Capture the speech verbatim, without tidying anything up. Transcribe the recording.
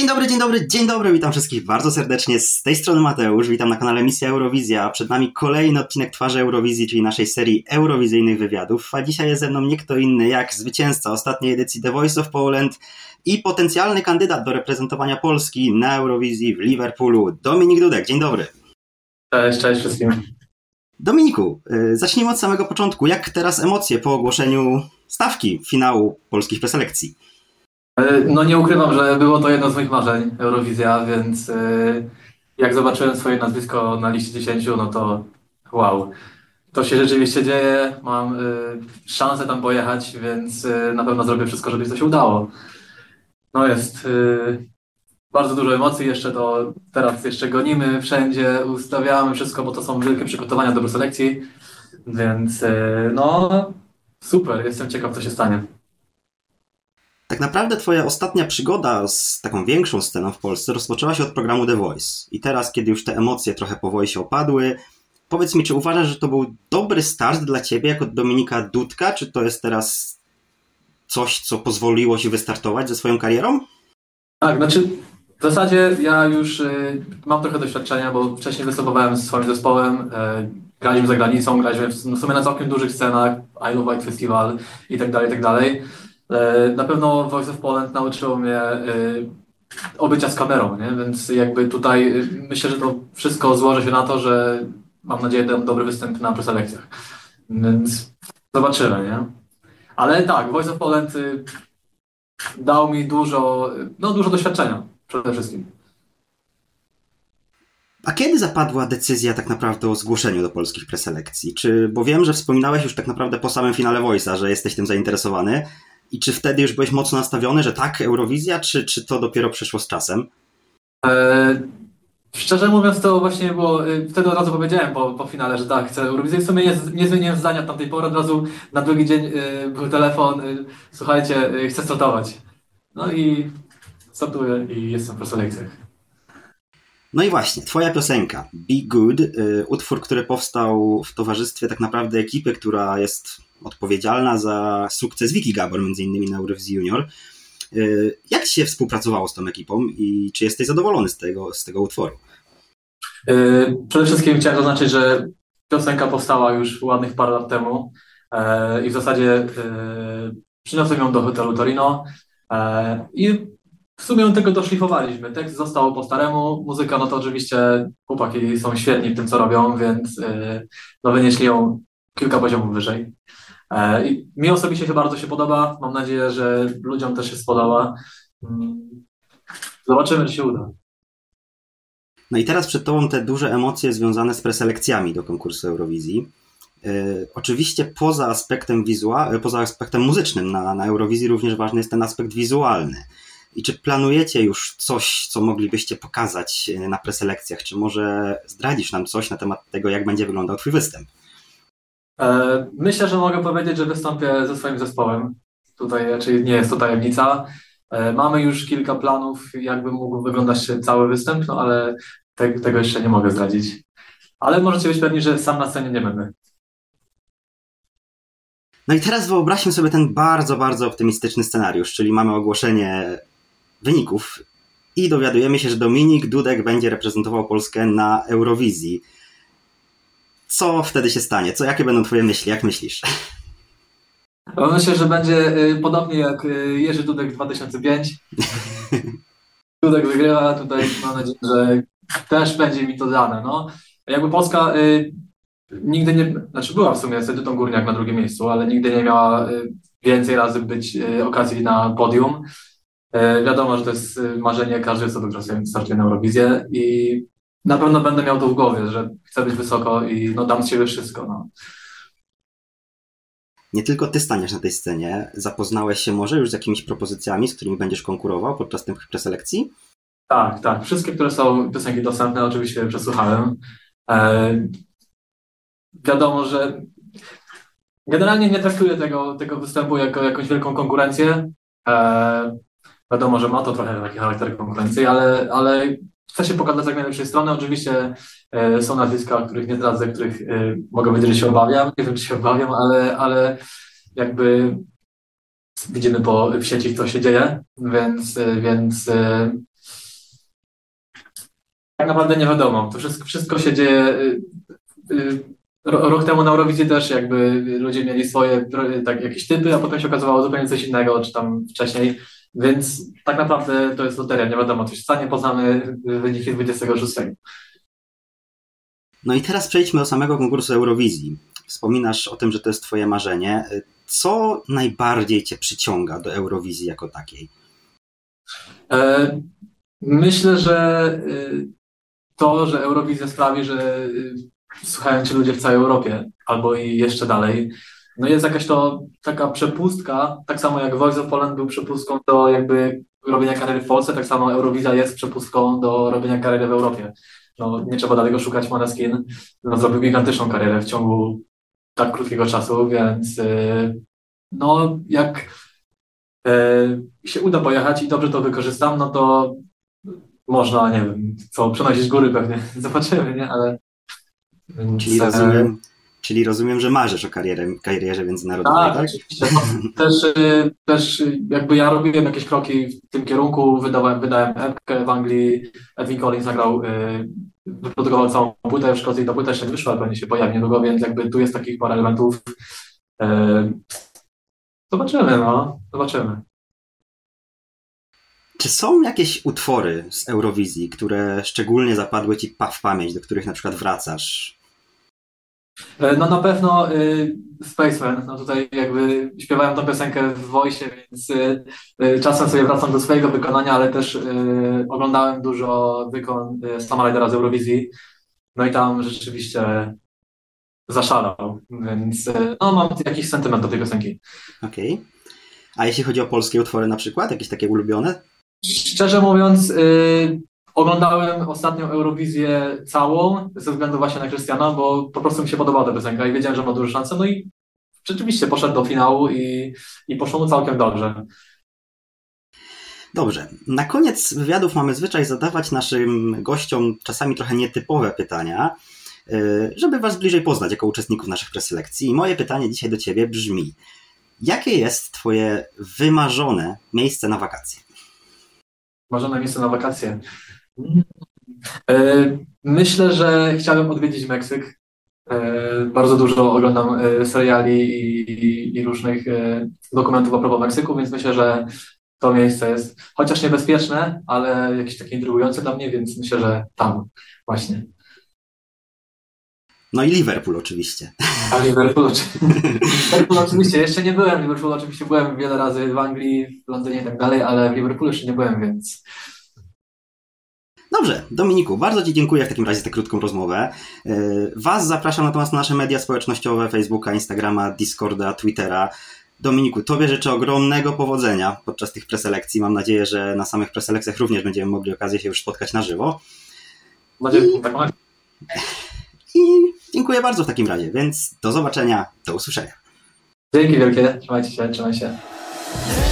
Dzień dobry, dzień dobry, dzień dobry, witam wszystkich bardzo serdecznie, z tej strony Mateusz, witam na kanale Misja Eurowizja, przed nami kolejny odcinek Twarzy Eurowizji, czyli naszej serii eurowizyjnych wywiadów, a dzisiaj jest ze mną nie kto inny jak zwycięzca ostatniej edycji The Voice of Poland i potencjalny kandydat do reprezentowania Polski na Eurowizji w Liverpoolu, Dominik Dudek. Dzień dobry. Cześć, cześć wszystkim. Dominiku, zacznijmy od samego początku, jak teraz emocje po ogłoszeniu stawki finału polskich preselekcji? No nie ukrywam, że było to jedno z moich marzeń, Eurowizja, więc jak zobaczyłem swoje nazwisko na liście dziesięciu, no to wow, to się rzeczywiście dzieje, mam szansę tam pojechać, więc na pewno zrobię wszystko, żeby to się udało. No jest bardzo dużo emocji, jeszcze to teraz jeszcze gonimy wszędzie, ustawiamy wszystko, bo to są wielkie przygotowania do preselekcji, więc no super, jestem ciekaw, co się stanie. Tak naprawdę twoja ostatnia przygoda z taką większą sceną w Polsce rozpoczęła się od programu The Voice. I teraz, kiedy już te emocje trochę po Voice opadły, powiedz mi, czy uważasz, że to był dobry start dla ciebie jako Dominika Dudka, czy to jest teraz coś, co pozwoliło ci wystartować ze swoją karierą? Tak, znaczy w zasadzie ja już y, mam trochę doświadczenia, bo wcześniej występowałem z swoim zespołem, y, graliśmy za granicą, graliśmy w, w sumie na całkiem dużych scenach, I Love White Festival i tak dalej, i tak dalej. Na pewno Voice of Poland nauczyło mnie y, obycia z kamerą, nie? Więc jakby tutaj y, myślę, że to wszystko złoży się na to, że mam nadzieję, dam dobry występ na preselekcjach. Więc zobaczymy, nie? Ale tak, Voice of Poland y, dał mi dużo, no dużo doświadczenia przede wszystkim. A kiedy zapadła decyzja tak naprawdę o zgłoszeniu do polskich preselekcji? Czy, bo wiem, że wspominałeś już tak naprawdę po samym finale Voice'a, że jesteś tym zainteresowany. I czy wtedy już byłeś mocno nastawiony, że tak, Eurowizja, czy, czy to dopiero przyszło z czasem? E, szczerze mówiąc, to właśnie było, wtedy od razu powiedziałem po, po finale, że tak, chcę Eurowizję. W sumie nie, nie zmieniłem zdania od tamtej pory, od razu na drugi dzień y, był telefon, y, słuchajcie, y, chcę startować. No i startuję i jestem w preselekcjach. No i właśnie, twoja piosenka Be Good, y, utwór, który powstał w towarzystwie tak naprawdę ekipy, która jest odpowiedzialna za sukces Wiki Gabor, między innymi na Eurowizji Junior. Y, jak ci się współpracowało z tą ekipą i czy jesteś zadowolony z tego, z tego utworu? Yy, przede wszystkim chciałem zaznaczyć, że piosenka powstała już ładnych parę lat temu yy, i w zasadzie yy, przyniosłem ją do hotelu Torino yy, i w sumie tego doszlifowaliśmy. Tekst został po staremu, muzyka, no to oczywiście chłopaki są świetni w tym, co robią, więc yy, no wynieśli ją kilka poziomów wyżej. Yy, I mi osobiście się bardzo się podoba, mam nadzieję, że ludziom też się spodoba. Yy, zobaczymy, czy się uda. No i teraz przed tobą te duże emocje związane z preselekcjami do konkursu Eurowizji. Yy, oczywiście poza aspektem wizua- poza aspektem muzycznym na, na Eurowizji również ważny jest ten aspekt wizualny. I czy planujecie już coś, co moglibyście pokazać na preselekcjach? Czy może zdradzisz nam coś na temat tego, jak będzie wyglądał twój występ? Myślę, że mogę powiedzieć, że wystąpię ze swoim zespołem. Tutaj raczej nie jest to tajemnica. Mamy już kilka planów, jakby mógł wyglądać cały występ, no ale te, tego jeszcze nie mogę zdradzić. Ale możecie być pewni, że sam na scenie nie będę. No i teraz wyobraźmy sobie ten bardzo, bardzo optymistyczny scenariusz, czyli mamy ogłoszenie wyników i dowiadujemy się, że Dominik Dudek będzie reprezentował Polskę na Eurowizji. Co wtedy się stanie? Co, jakie będą twoje myśli? Jak myślisz? Myślę, że będzie y, podobnie jak y, Jerzy Dudek dwa tysiące piąty. Dudek wygrywa, tutaj mam nadzieję, że też będzie mi to dane. No. Jakby Polska y, nigdy nie, znaczy była w sumie z Edytą Górniak na drugim miejscu, ale nigdy nie miała y, więcej razy być y, okazji na podium. Y, wiadomo, że to jest y, marzenie każdej osoby, która startuje na Eurowizję i na pewno będę miał to w głowie, że chcę być wysoko i no, dam z siebie wszystko. No. Nie tylko ty staniesz na tej scenie. Zapoznałeś się może już z jakimiś propozycjami, z którymi będziesz konkurował podczas tych preselekcji? Tak, tak. Wszystkie, które są piosenki dostępne, oczywiście przesłuchałem. E, wiadomo, że generalnie nie traktuję tego, tego występu jako jakąś wielką konkurencję. E, wiadomo, że ma to trochę taki charakter konkurencji, ale, ale chcę się pokazać z najlepszej strony. Oczywiście e, są nazwiska, których nie zdradzę, których e, mogę powiedzieć, że się obawiam. Nie wiem, czy się obawiam, ale, ale jakby widzimy po w sieci, co się dzieje, więc, więc Tak naprawdę nie wiadomo. To wszystko, wszystko się dzieje. y, y, ro- Rok temu na Eurowizji też jakby ludzie mieli swoje ro- tak, jakieś typy, a potem się okazywało zupełnie coś innego, czy tam wcześniej. Więc tak naprawdę to jest loteria, nie wiadomo, co się stanie, poznamy wyniki dwudziestego szóstego. No i teraz przejdźmy do samego konkursu Eurowizji. Wspominasz o tym, że to jest twoje marzenie. Co najbardziej cię przyciąga do Eurowizji jako takiej? E, Myślę, że y, to, że Eurowizja sprawi, że y, słuchają cię ludzie w całej Europie, albo i jeszcze dalej, no jest jakaś to taka przepustka, tak samo jak Voice of Poland był przepustką do jakby robienia kariery w Polsce, tak samo Eurowizja jest przepustką do robienia kariery w Europie. No nie trzeba daleko szukać, Måneskin no, zrobił gigantyczną karierę w ciągu tak krótkiego czasu, więc y, no jak y, się uda pojechać i dobrze to wykorzystam, no to można, nie wiem, co, przenosić góry pewnie, zobaczymy, nie, ale... Czyli Więc, rozumiem, czyli rozumiem, że marzysz o karierę, karierze międzynarodowej, tak, tak? oczywiście. No, też, y, też y, jakby ja robiłem jakieś kroki w tym kierunku, wydałem, wydałem epkę w Anglii, Edwin Collins nagrał, y, wyprodukował całą płytę w Szkocji, ta płyta jeszcze nie wyszła, ale pewnie się pojawi niedługo, więc jakby tu jest takich parę elementów. Y, Zobaczymy, no, zobaczymy. Czy są jakieś utwory z Eurowizji, które szczególnie zapadły ci pa- w pamięć, do których na przykład wracasz? E, No na pewno y, Spaceman, no tutaj jakby śpiewałem tą piosenkę w Voice, więc y, y, czasem sobie wracam do swojego wykonania, ale też y, oglądałem dużo wykon y, Sama Rydera z Eurowizji, no i tam rzeczywiście zaszalał, więc y, no mam jakiś sentyment do tej piosenki. Okej. A jeśli chodzi o polskie utwory na przykład, jakieś takie ulubione? Szczerze mówiąc, y, oglądałem ostatnią Eurowizję całą ze względu właśnie na Krystiana, bo po prostu mi się podobała ta piosenka i wiedziałem, że ma duże szanse, no i rzeczywiście poszedł do finału i, i poszło mu całkiem dobrze. Dobrze. Na koniec wywiadów mamy zwyczaj zadawać naszym gościom czasami trochę nietypowe pytania, y, żeby was bliżej poznać jako uczestników naszych preselekcji. I moje pytanie dzisiaj do ciebie brzmi: jakie jest twoje wymarzone miejsce na wakacje? Marzone miejsce na wakacje. E, Myślę, że chciałbym odwiedzić Meksyk. E, Bardzo dużo oglądam e, seriali i, i, i różnych e, dokumentów a propos Meksyku, więc myślę, że to miejsce jest chociaż niebezpieczne, ale jakieś takie intrygujące dla mnie, więc myślę, że tam właśnie. No i Liverpool oczywiście. A Liverpool, oczy- Liverpool oczywiście, jeszcze nie byłem w Liverpoolu, oczywiście byłem wiele razy w Anglii, w Londynie i tak dalej, ale w Liverpoolu jeszcze nie byłem, więc Dobrze, Dominiku, bardzo ci dziękuję w takim razie za tę krótką rozmowę. Y, Was zapraszam natomiast na nasze media społecznościowe, Facebooka, Instagrama, Discorda, Twittera. Dominiku, tobie życzę ogromnego powodzenia podczas tych preselekcji. Mam nadzieję, że na samych preselekcjach również będziemy mogli okazję się już spotkać na żywo. mam nadzieję, że taką I dziękuję bardzo w takim razie, więc do zobaczenia, do usłyszenia. Dzięki wielkie, trzymajcie się, trzymaj się.